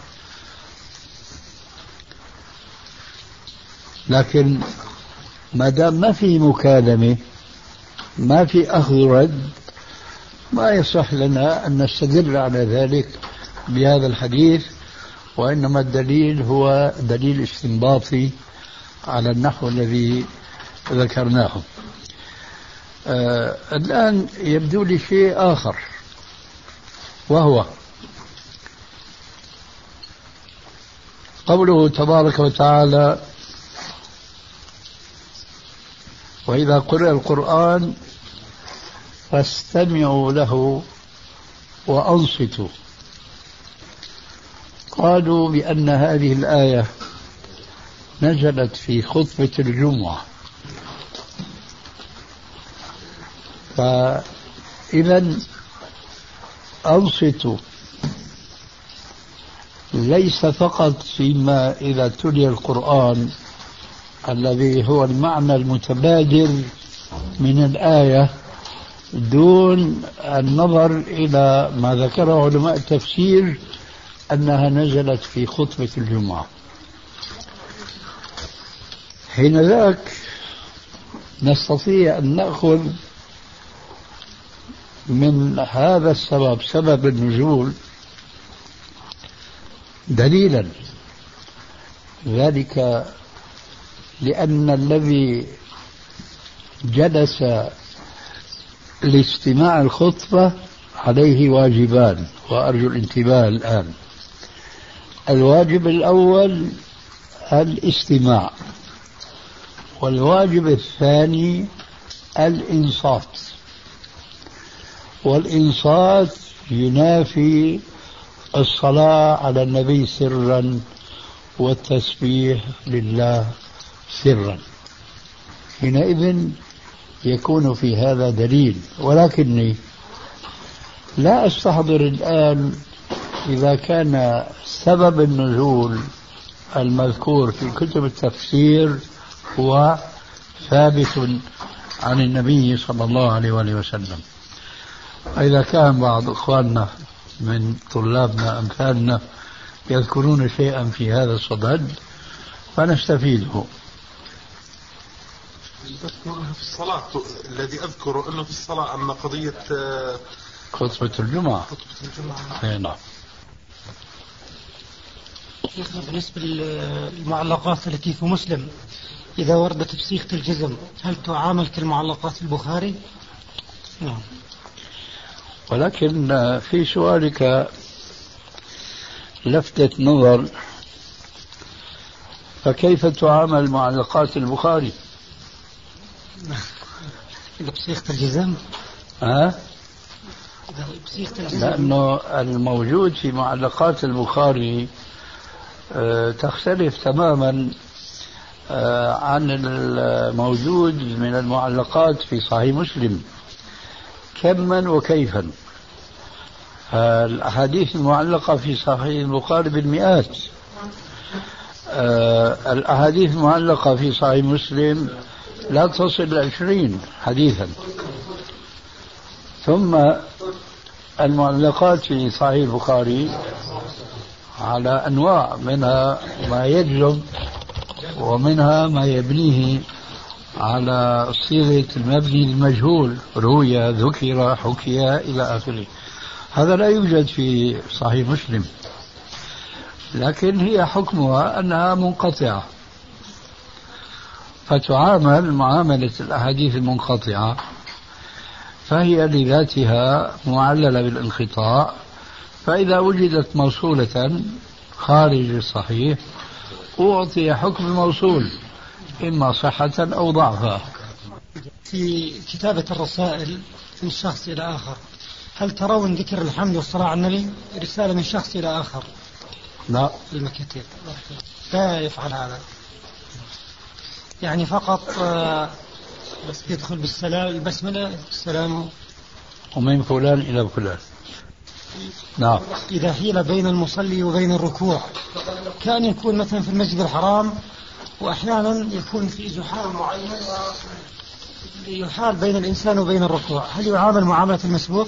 لكن ما دام ما في مكالمة ما في أخذ رد ما يصح لنا أن نستدل على ذلك بهذا الحديث، وإنما الدليل هو دليل استنباطي على النحو الذي ذكرناه. آه الآن يبدو لي شيء آخر، وهو قوله تبارك وتعالى: وإذا قرئ القرآن فاستمعوا له وأنصتوا. قالوا بأن هذه الآية نزلت في خطبة الجمعة، فإذا أنصتوا ليس فقط فيما إذا تلي القرآن الذي هو المعنى المتبادر من الآية دون النظر إلى ما ذكره علماء التفسير أنها نزلت في خطبة الجمعة. حين ذاك نستطيع أن نأخذ من هذا السبب، سبب النزول، دليلا، ذلك لأن الذي جلس لاستماع الخطبة عليه واجبان، وأرجو الانتباه الآن. الواجب الأول الاستماع، والواجب الثاني الإنصات، والإنصات ينافي الصلاة على النبي سرا والتسبيح لله سرا. حينئذ يكون في هذا دليل، ولكني لا أستحضر الآن إذا كان سبب النزول المذكور في كتب التفسير هو ثابت عن النبي صلى الله عليه وآله وسلم. إذا كان بعض إخواننا من طلابنا أمثالنا يذكرون شيئا في هذا الصدد فنستفيده. في الصلاة الذي أذكره أنه في الصلاة أما قضية خطبة الجمعة. خطبة الجمعة. نعم. شيخنا بالنسبة للمعلقات التي في مسلم إذا وردت بصيغة الجزم هل تعامل كالمعلقات البخاري؟ نعم. ولكن في سؤالك لفتة نظر، فكيف تعامل معلقات البخاري؟ إذا بصيغة الجزم؟ ها؟ إذا بصيغة الجزم. لأنه الموجود في معلقات البخاري تختلف تماما عن الموجود من المعلقات في صحيح مسلم كما وكيفا. الأحاديث المعلقة في صحيح البخاري بالمئات، الأحاديث المعلقة في صحيح مسلم لا تصل إلى عشرين حديثا. ثم المعلقات في صحيح البخاري على أنواع، منها ما يجزم ومنها ما يبنيه على صيغة المبني المجهول، روي ذكر حكي إلى آخره. هذا لا يوجد في صحيح مسلم، لكن هي حكمها أنها منقطعة، فتعامل معاملة الأحاديث المنقطعة، فهي لذاتها معللة بالانقطاع، فإذا وجدت موصولة خارج الصحيح أعطي حكم الموصول إما صحة أو ضعفا. في كتابة الرسائل من شخص إلى آخر هل ترون ذكر الحمد والصلاة على النبي رسالة من شخص إلى آخر؟ لا، المكاتب لا يفعل هذا، يعني فقط بس يدخل بالسلام البسملة السلام ومن فلان إلى فلان. نعم. إذا حيل بين المصلي وبين الركوع، كان يكون مثلا في المسجد الحرام وأحيانا يكون في زحام معين يحال بين الإنسان وبين الركوع، هل يعامل معاملة المسبوق؟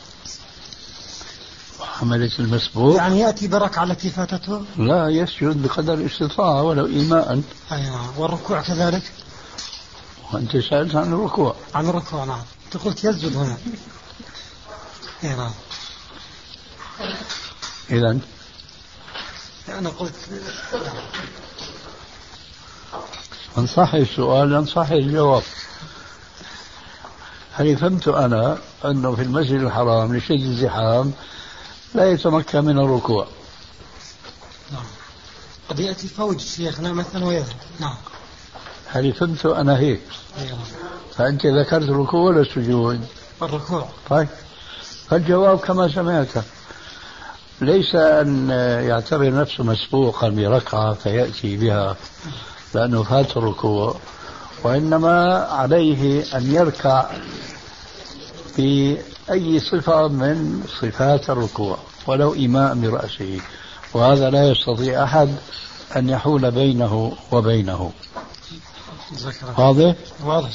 معاملة المسبوق يعني يأتي بركعة التي فاتته؟ لا، يسجد بقدر الاستطاعة ولو إيماء. أيوة. والركوع كذلك؟ وأنت سألت عن الركوع. عن الركوع نعم، أنت قلت يسجد هنا. أيوة. إذن أنا قلت من صح السؤال ينصح الجواب. هل فهمت أنا أنه في المسجد الحرام لشدة الزحام لا يتمكن من الركوع؟ نعم. قد يأتي فوج شيخنا مثلا ويذهب. نعم. هل فهمت أنا هيك؟ أيوة. فأنت ذكرت الركوع ولا السجود؟ الركوع. طيب، فالجواب كما سمعت، ليس أن يعتبر نفسه مسبوقا بركعة فيأتي بها لأنه فات الركوع، وإنما عليه أن يركع بأي صفة من صفات الركوع ولو إيماء برأسه، وهذا لا يستطيع أحد أن يحول بينه وبينه. واضح؟ واضح.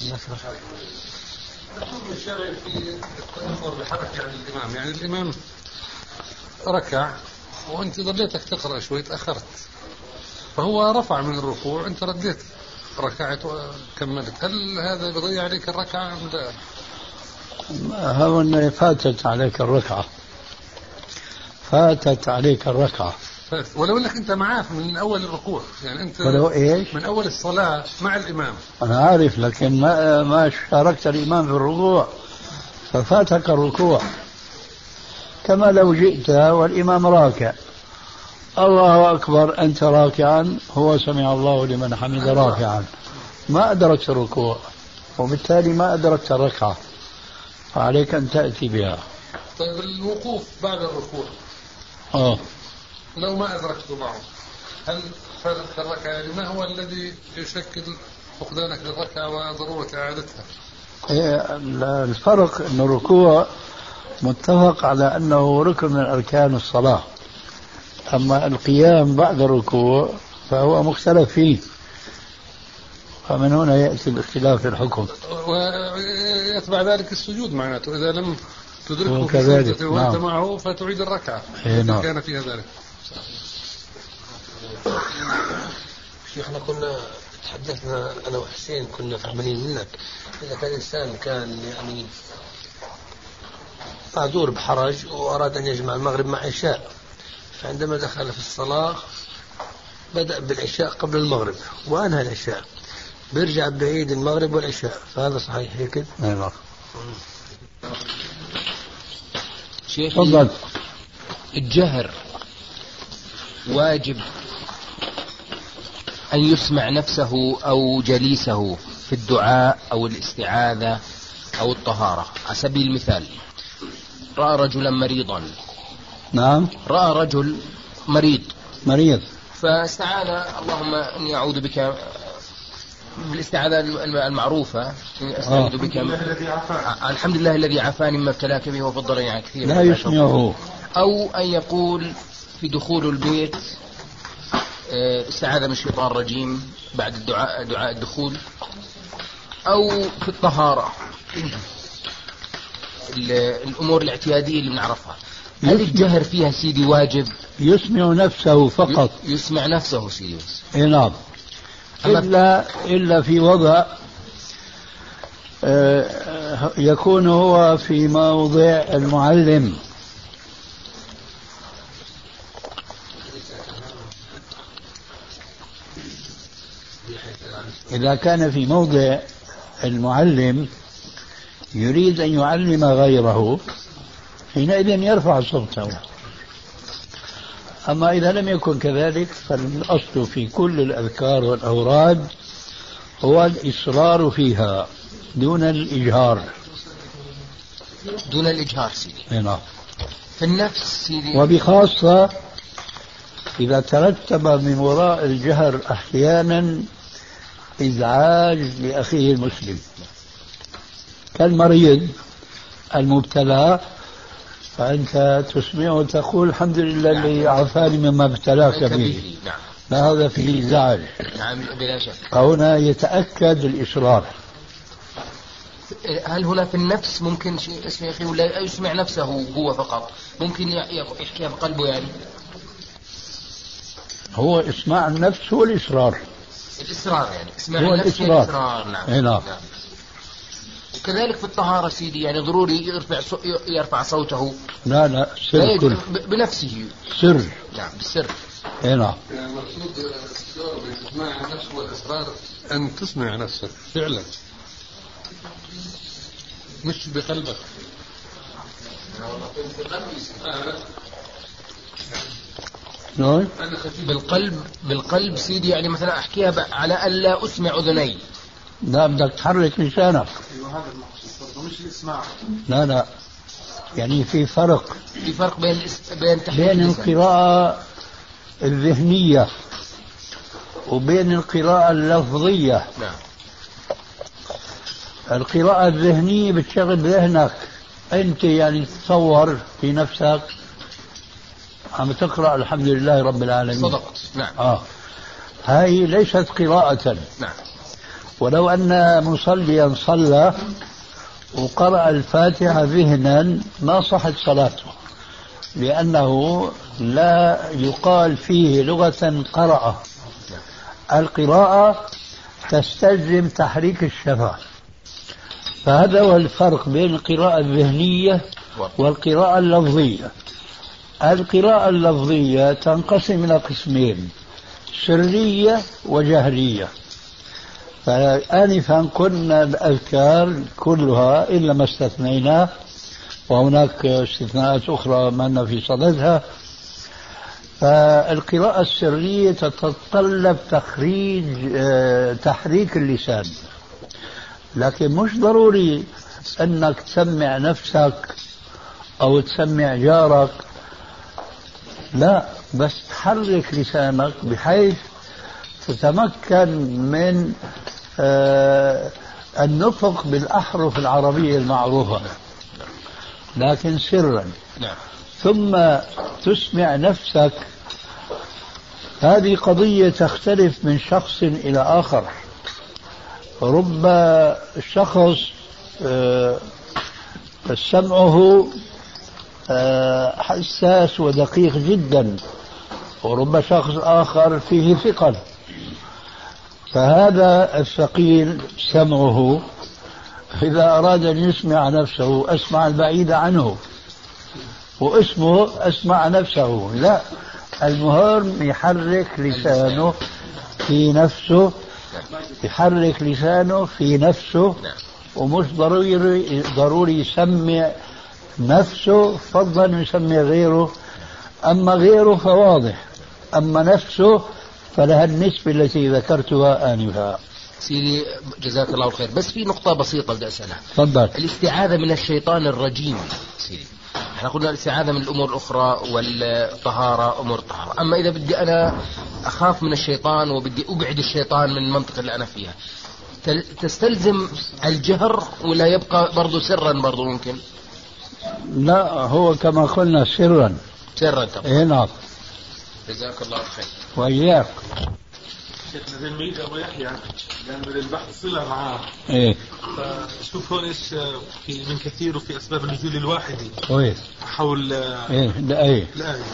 الشرع في التأخر بحركة عن الإمام، يعني الإمام ركع وأنت ظليتك تقرأ شوي تأخرت، فهو رفع من الركوع أنت رديت ركعت وكملت، هل هذا بيضيع عليك الركعة أم لا؟ هون فاتت عليك الركعة، فاتت عليك الركعة ولو انك انت معاه من اول الركوع، يعني انت ولو ايش؟ من اول الصلاة مع الامام. انا عارف، لكن ما ما شاركت الامام في الركوع ففاتك الركوع، كما لو جئت والامام راكع، الله اكبر انت راكعا، هو سمع الله لمن حمد راكعا، ما ادركت الركوع وبالتالي ما ادركت الركعة، فعليك ان تاتي بها. طيب الوقوف بعد الركوع اه لو ما أدركت معه هل فاتتك الركعة؟ يعني ما هو الذي يشكل فقدانك للركعة وضرورة إعادتها؟ الفرق أن الركوع متفق على أنه ركن من أركان الصلاة، أما القيام بعد الركوع فهو مختلف فيه، فمن هنا يأتي الاختلاف في الحكم. ويتبع ذلك السجود معناته إذا لم تدركه في سجدته وأنت نعم. معه فتعيد الركعة نعم. كان فيها ذلك. شيخنا كنا تحدثنا أنا وحسين كنا فهمانين منك إذا كان إنسان كان يعني معذور بحرج وأراد أن يجمع المغرب مع عشاء، فعندما دخل في الصلاة بدأ بالعشاء قبل المغرب وأنهى العشاء، بيرجع بعيد المغرب والعشاء، فهذا صحيح هيك؟ نعم. شيخ تفضل. الجهر واجب أن يسمع نفسه أو جليسه في الدعاء أو الاستعاذة أو الطهارة؟ على سبيل المثال رأى رجلا مريضا. نعم. رأى رجل مريض مريض فاستعاذ اللهم إني أعوذ بك بالاستعاذة المعروفة أستعوذ بك من... الحمد لله الذي عافاني مما ابتلاك به وفضلني على كثير لا يسمعه. أو أن يقول في دخول البيت استعاذة من الشيطان الرجيم بعد الدعاء دعاء الدخول، أو في الطهارة الأمور الاعتيادية اللي بنعرفها. هل الجهر فيها سيدي واجب؟ يسمع نفسه فقط. يسمع نفسه سيدي بس. نعم. إلا إلا في وضع يكون هو في موضع المعلم، إذا كان في موضع المعلم يريد أن يعلم غيره حينئذ يرفع صوته. أما إذا لم يكن كذلك فالأصل في كل الأذكار والأوراد هو الإصرار فيها دون الإجهار. دون الإجهار سيدي. نعم. في النفس سيدي. وبخاصة إذا ترتب من وراء الجهر أحيانا إزعاج لأخيه المسلم كالمريض المبتلى، فأنت تسمعه وتقول الحمد لله الذي عافاني مما ابتلاك به. نعم. هذا فيه زعج. نعم بلا شك. هنا يتأكد الإصرار. هل هنا في النفس ممكن شيء اسمه أخي ولا يسمع نفسه هو فقط؟ ممكن يحكيها بقلبه يعني؟ هو إسماع النفس هو الإصرار. الإصرار يعني اسمع هو النفس الإصرار. الإصرار. نعم. نعم. نعم. كذلك في الطهارة سيدي يعني ضروري يرفع يرفع صوته؟ لا لا سر كل بنفسه سر. نعم بالسر. نعم. المقصود بإسماع النفس والإصرار أن تسمع نفسك فعلا مش بقلبك. نعم. بالقلب بالقلب سيدي يعني مثلا أحكيها على ألا أسمع أذني. لا بدك تحرك لسانك. ايوه هذا المقصود مش الاسماع. لا لا يعني في فرق. في فرق بين بين تحريك بين القراءة الذهنية وبين القراءة اللفظية. نعم. القراءة الذهنية بتشغل ذهنك أنت يعني تتصور في نفسك عم تقرأ الحمد لله رب العالمين. صدقت. نعم. آه هاي ليست قراءة. نعم. ولو أن مصليا صلى وقرأ الفاتحة ذهنا ما صحت صلاته، لأنه لا يقال فيه لغة قرأ. القراءة تستلزم تحريك الشفة، فهذا هو الفرق بين القراءة الذهنية والقراءة اللفظية. القراءة اللفظية تنقسم إلى قسمين: سرية وجهرية. فآنفا قلنا الأذكار كلها إلا ما استثنيناه، وهناك استثناءات أخرى ما في صددها. فالقراءة السرية تتطلب تخريج تحريك اللسان، لكن مش ضروري أنك تسمع نفسك أو تسمع جارك، لا، بس تحرك لسانك بحيث تتمكن من النطق بالأحرف العربية المعروفة لكن سرا، نعم. ثم تسمع نفسك. هذه قضية تختلف من شخص إلى آخر. رب شخص سمعه حساس ودقيق جدا، ورب شخص آخر فيه ثقل. فهذا الثقيل سمعه إذا أراد أن يسمع نفسه أسمع البعيد عنه، واسمه أسمع نفسه. لا، المهم يحرك لسانه في نفسه، يحرك لسانه في نفسه، ومش ضروري ضروري يسمع نفسه، فضلا يسمع غيره. أما غيره فواضح، أما نفسه فلها النسبة التي ذكرتها آنفا. سيدي جزاك الله الخير، بس في نقطة بسيطة بدي أسألها. تفضل. الاستعاذة من الشيطان الرجيم سيدي، احنا قلنا الاستعاذة من الأمور الأخرى والطهارة أمور الطهارة، أما إذا بدي أنا أخاف من الشيطان وبدي أبعد الشيطان من المنطقة اللي أنا فيها، تستلزم الجهر ولا يبقى برضو سرا برضو ممكن؟ لا، هو كما قلنا سرا. سرا طبعا. إيه نعم. جزاك الله خير. وإياك. شيخنا زي الميت أبو يحيى لأن البحث صلة معاه. إيه. فشوف هون إيش في من كثير وفي أسباب النزول الواحدي. كويس. حول. إيه الآية. الآية.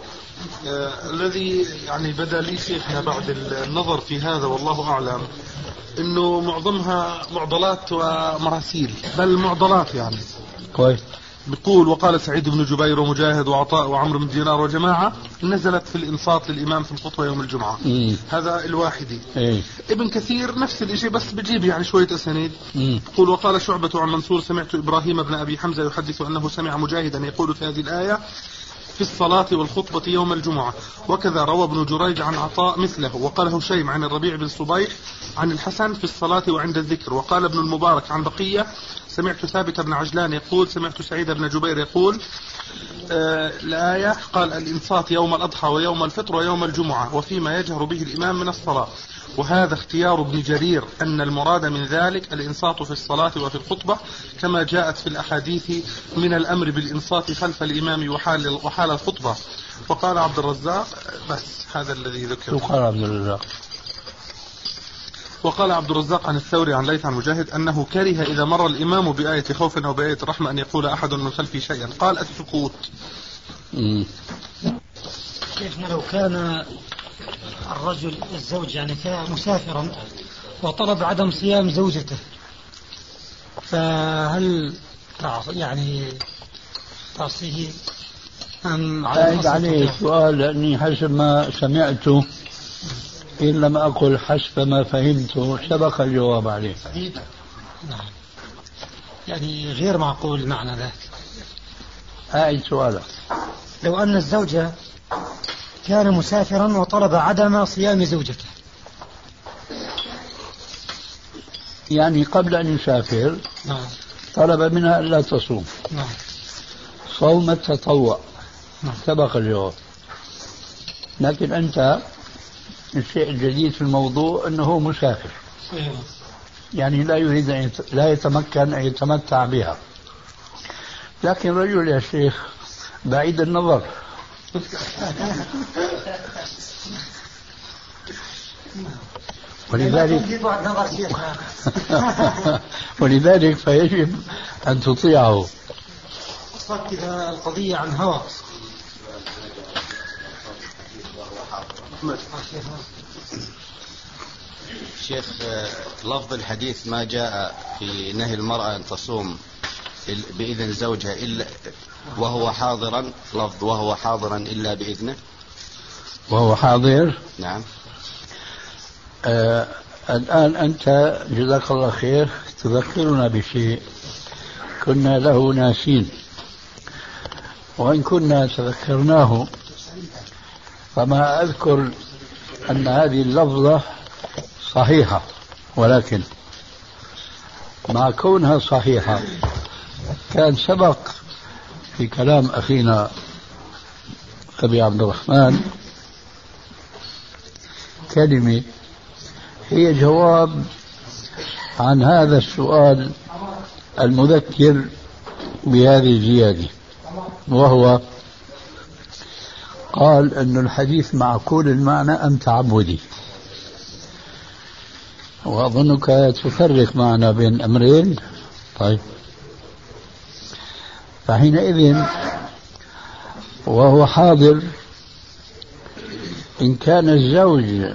آه الذي يعني بدا لي شيخنا بعد النظر في هذا والله أعلم إنه معظمها معضلات ومراسيل، بل معضلات يعني. كويس. بيقول وقال سعيد بن جبير ومجاهد وعطاء وعمرو بن دينار وجماعة نزلت في الإنصات للإمام في الخطبة يوم الجمعة. مم. هذا الواحدي. إيه. ابن كثير نفس الشيء بس بجيب يعني شوية أسانيد. يقول وقال شعبة عن منصور سمعت إبراهيم بن أبي حمزة يحدث أنه سمع مجاهدا يقول في هذه الآية في الصلاة والخطبة يوم الجمعة، وكذا روى ابن جريج عن عطاء مثله، وقال هشيم عن الربيع بن صبيح عن الحسن في الصلاة وعند الذكر، وقال ابن المبارك عن بقية سمعت ثابت بن عجلان يقول سمعت سعيد بن جبير يقول آه الآية قال الإنصات يوم الأضحى ويوم الفطر ويوم الجمعة وفيما يجهر به الإمام من الصلاة. وهذا اختيار ابن جرير أن المراد من ذلك الإنصات في الصلاة وفي الخطبة كما جاءت في الأحاديث من الأمر بالإنصات خلف الإمام وحال, وحال الخطبة. وقال عبد الرزاق بس هذا الذي ذكر. وقال عبد الرزاق وقال عبد الرزاق عن الثوري عن ليث عن مجاهد أنه كره إذا مر الإمام بآية خوف أو بآية رحمة أن يقول أحد من خلفه شيئا، قال السكوت. شيخنا لو كان الرجل الزوج يعني كان مسافرا وطلب عدم صيام زوجته، فهل يعني تعصيه أم أعيد عليه سؤال لأني حسب ما سمعته إن لم أقل حسب ما فهمته سبق الجواب عليه. نعم، يعني غير معقول معنى ذلك. أعيد سؤالك. لو أن الزوجة كان مسافرا وطلب عدم صيام زوجته، يعني قبل أن يسافر نعم. طلب منها أن لا تصوم، نعم. صوم التطوع، نعم. سبق الجواب. لكن أنت الشيء الجديد في الموضوع أنه مسافر، يعني لا يريد أن يت... لا يتمكن أن يتمتع بها. لكن رجل يا شيخ بعيد النظر ولذلك ولذلك فيجب أن تطيعه. صارت كذا القضية عن هوى. شيخ لفظ الحديث ما جاء في نهي المرأة أن تصوم بإذن زوجها إلا وهو حاضرا، لفظ وهو حاضرا إلا بإذنه. وهو حاضر. نعم. آه الآن أنت جزاك الله خير تذكرنا بشيء كنا له ناسين، وإن كنا تذكرناه فما أذكر أن هذه اللفظة صحيحة، ولكن مع كونها صحيحة كان سبق في كلام أخينا أبي عبد الرحمن كلمة هي جواب عن هذا السؤال المذكر بهذه الزيادة، وهو قال أن الحديث معقول المعنى أم تعبدي، وأظنك تفرق معنا بين أمرين. طيب، فحينئذ وهو حاضر إن كان الزوج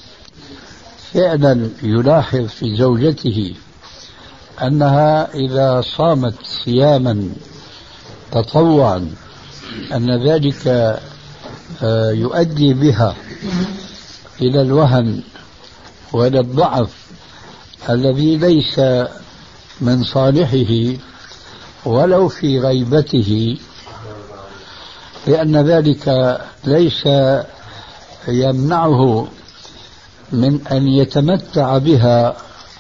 فعلا يلاحظ في زوجته أنها إذا صامت صياما تطوعا أن ذلك يؤدي بها إلى الوهن وإلى الضعف الذي ليس من صالحه ولو في غيبته، لأن ذلك ليس يمنعه من أن يتمتع بها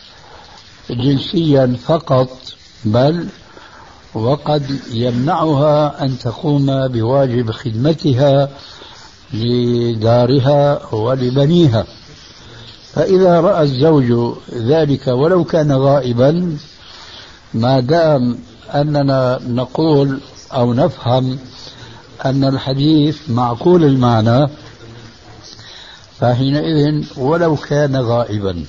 جنسيا فقط، بل وقد يمنعها أن تقوم بواجب خدمتها لدارها ولبنيها. فإذا رأى الزوج ذلك ولو كان غائبا، ما دام أننا نقول أو نفهم أن الحديث معقول المعنى، فحينئذ ولو كان غائبا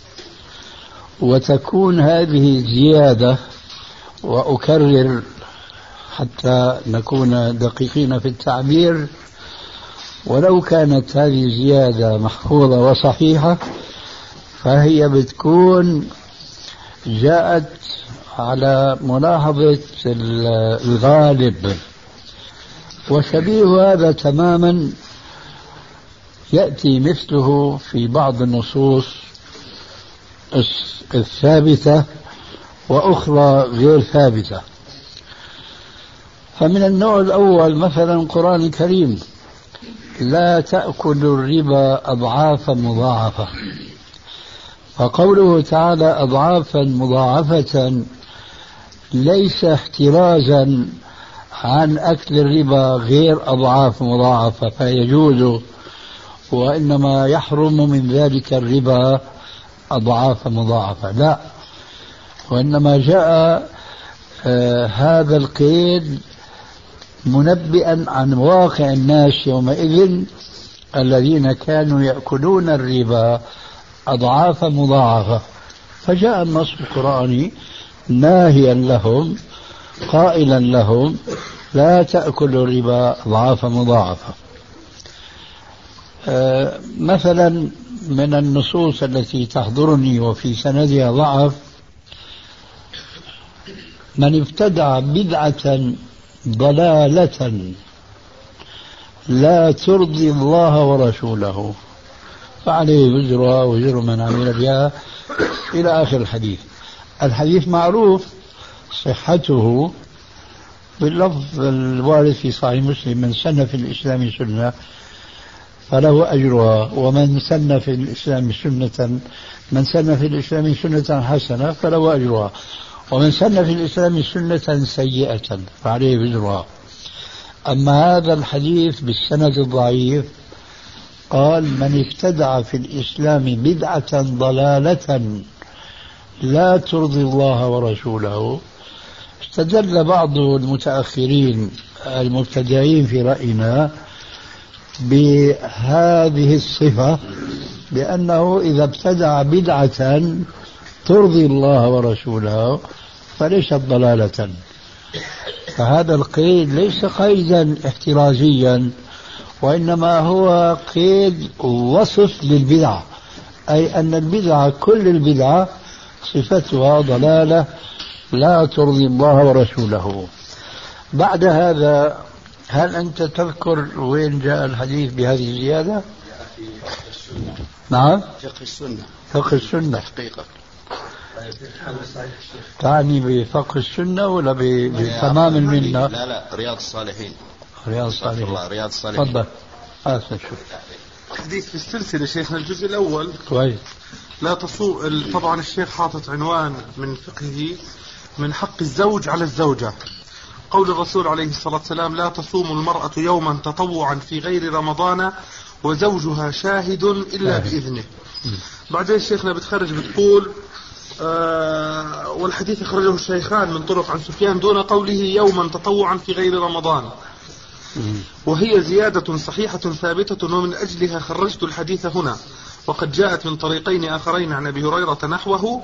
وتكون هذه زيادة، وأكرر حتى نكون دقيقين في التعبير، ولو كانت هذه زيادة محفوظة وصحيحة فهي بتكون جاءت على ملاحظة الغالب. وشبيه هذا تماما يأتي مثله في بعض النصوص الثابتة وأخرى غير ثابتة. فمن النوع الأول مثلا القرآن الكريم: لا تأكلوا الربا أضعافا مضاعفة. فقوله تعالى أضعافا مضاعفة ليس احترازا عن أكل الربا غير أضعاف مضاعفة فيجوز، وإنما يحرم من ذلك الربا أضعاف مضاعفة، لا، وإنما جاء آه هذا القيد منبئا عن واقع الناس يومئذ الذين كانوا يأكلون الربا أضعاف مضاعفة، فجاء النص القرآني ناهيا لهم قائلا لهم لا تأكلوا الربا أضعاف مضاعفة. آه مثلا من النصوص التي تحضرني وفي سندها ضعف: من ابتدع بدعة ضلالة لا ترضي الله ورسوله فعليه وزرها وزر من عمل بها إلى آخر الحديث. الحديث معروف صحته باللفظ الوارد في صحيح مسلم: من سن في الإسلام سنة فله أجرها، ومن سن في الإسلام سنة من سن في الإسلام سنة حسنة فله أجرها، ومن سن في الإسلام سنة سيئة فعليه وزرها. أما هذا الحديث بالسند الضعيف قال: من ابتدع في الإسلام بدعة ضلالة لا ترضي الله ورسوله. استدل بعض المتأخرين المبتدعين في رأينا بهذه الصفة بأنه إذا ابتدع بدعة ترضي الله ورسوله فليست ضلالة. فهذا القيد ليس قيدا احترازيا، وإنما هو قيد وصف للبدعة، أي أن البدعة كل البدعة صفتها ضلالة لا ترضي الله ورسوله. بعد هذا هل أنت تذكر وين جاء الحديث بهذه الزيادة؟ نعم، فقه السنة. فقه السنة حقيقة. تعني بفقه السنة ولا بتمام المنة؟ لا لا، رياض الصالحين. رياض الصالحين. الله، رياض الصالحين. تفضل. آسف. حديث في السلسلة شيخنا الجزء الأول كويس. لا تصوم. طبعا الشيخ حاطط عنوان من فقهه: من حق الزوج على الزوجة. قول الرسول عليه الصلاة والسلام: لا تصوم المرأة يوما تطوعا في غير رمضان وزوجها شاهد إلا بإذنه. بعدين شيخنا بتخرج بتقول: آه والحديث أخرجه الشيخان من طرق عن سفيان دون قوله يوما تطوعا في غير رمضان، وهي زيادة صحيحة ثابتة ومن أجلها خرجت الحديث هنا، وقد جاءت من طريقين آخرين عن أبي هريرة نحوه،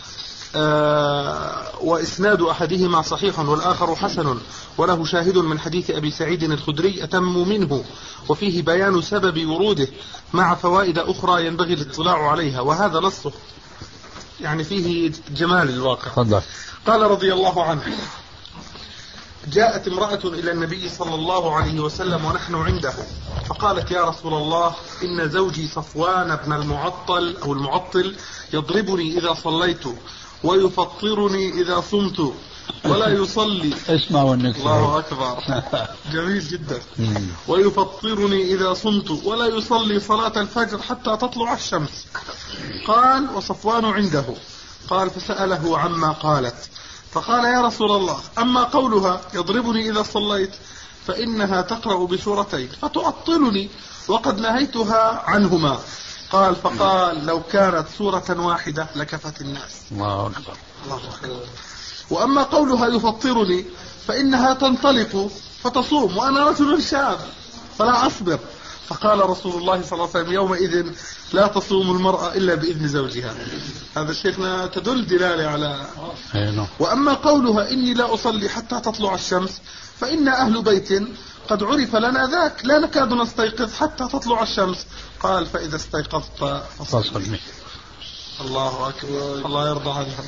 آه وإسناد أحدهما صحيح والآخر حسن، وله شاهد من حديث أبي سعيد الخدري أتم منه، وفيه بيان سبب وروده مع فوائد أخرى ينبغي الاطلاع عليها، وهذا نصه يعني فيه جمال الواقع. فضل. قال رضي الله عنه: جاءت امرأة إلى النبي صلى الله عليه وسلم ونحن عنده، فقالت: يا رسول الله، إن زوجي صفوان بن المعطل أو المعطل يضربني إذا صليت ويفطرني إذا صمت ولا يصلي. اسمعوا النكتة. الله أكبر. جميل جدا. ويفطرني إذا صمت ولا يصلي صلاة الفجر حتى تطلع الشمس. قال: وصفوان عنده. قال: فسأله عما قالت، فقال: يا رسول الله، أما قولها يضربني إذا صليت فإنها تقرأ بسورتين فتعطلني وقد نهيتها عنهما. قال: فقال: لو كانت سورة واحدة لكفت الناس. الله أكبر. الله أكبر. وأما قولها يفطرني فإنها تنطلق فتصوم وأنا رجل شاب فلا أصبر. فقال رسول الله صلى الله عليه وسلم: يومئذ لا تصوم المرأة إلا بإذن زوجها. هذا شيخنا تدل دلالة على. وأما قولها إني لا أصلي حتى تطلع الشمس فإن أهل بيت قد عرف لنا ذاك لا نكاد نستيقظ حتى تطلع الشمس. قال: فإذا استيقظت فصلي. الله أكبر. الله يرضى عنها.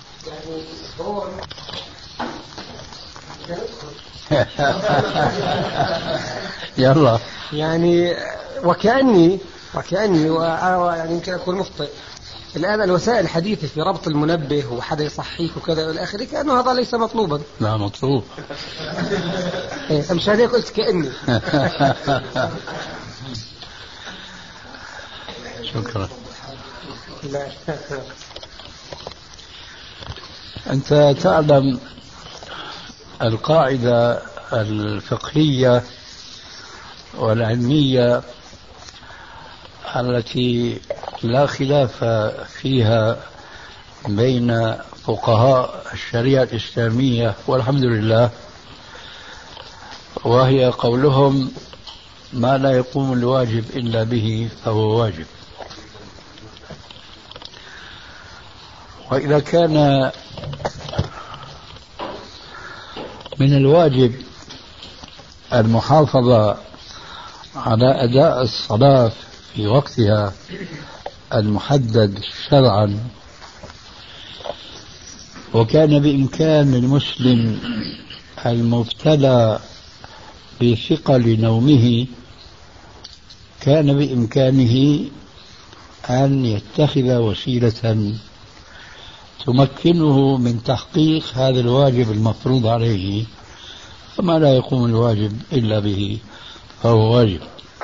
يلا. يعني وكأني وكأني يعني يمكن أكون مخطئ الآن. الوسائل الحديثة في ربط المنبه وحدا يصحيك وكذا إلى آخره كأنه هذا ليس مطلوبا. لا مطلوب. مش هذا قلت كأني. شكرا. أنت تعلم القاعدة الفقهية والعلمية التي لا خلاف فيها بين فقهاء الشريعة الإسلامية والحمد لله، وهي قولهم: ما لا يقوم الواجب إلا به فهو واجب. وإذا كان من الواجب المحافظة على أداء الصلاة في وقتها المحدد شرعا، وكان بإمكان المسلم المبتلى بثقل نومه كان بإمكانه أن يتخذ وسيلة تمكنه من تحقيق هذا الواجب المفروض عليه، فما لا يقوم الواجب إلا به فهو واجب.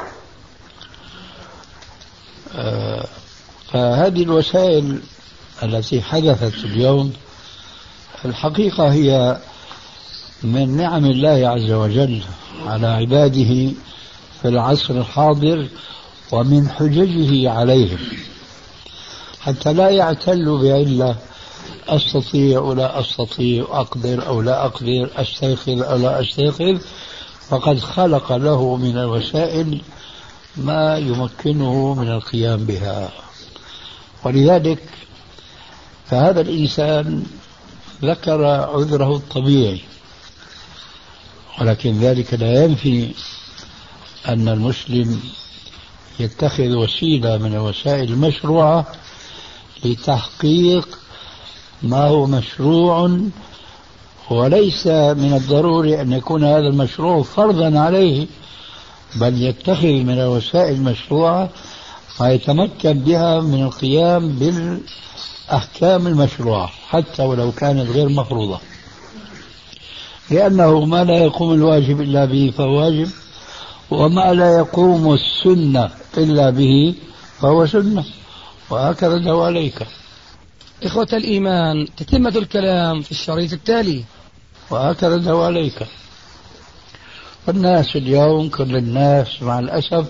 آه فهذه الوسائل التي حدثت اليوم الحقيقة هي من نعم الله عز وجل على عباده في العصر الحاضر ومن حججه عليهم، حتى لا يعتلوا بعلة أستطيع أو لا أستطيع، أقدر أو لا أقدر، أستيقظ أو لا أستيقظ، فقد خلق له من الوسائل ما يمكنه من القيام بها. ولذلك فهذا الإنسان ذكر عذره الطبيعي، ولكن ذلك لا ينفي أن المسلم يتخذ وسيلة من الوسائل المشروعة لتحقيق ما هو مشروع، وليس من الضروري أن يكون هذا المشروع فرضا عليه، بل يتخذ من الوسائل المشروعة ما يتمكن بها من القيام بالأحكام المشروعة حتى ولو كانت غير مفروضة، لأنه ما لا يقوم الواجب إلا به فهو واجب، وما لا يقوم السنة إلا به فهو سنة، وهكذا دواليك. إخوة الإيمان، تتمة الكلام في الشريط التالي. وهكذا دواليك. والناس اليوم كل الناس مع الأسف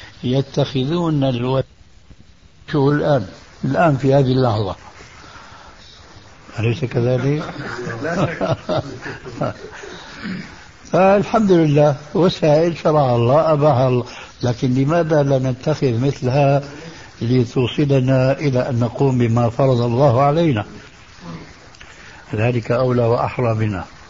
يتخذون الوسائل الآن الآن في هذه اللحظة أليس كذلك؟ الحمد لله، وسائل شرع الله أباها الله، لكن لماذا لا نتخذ مثلها لتوصلنا إلى أن نقوم بما فرض الله علينا؟ ذلك أولى وأحرى بنا.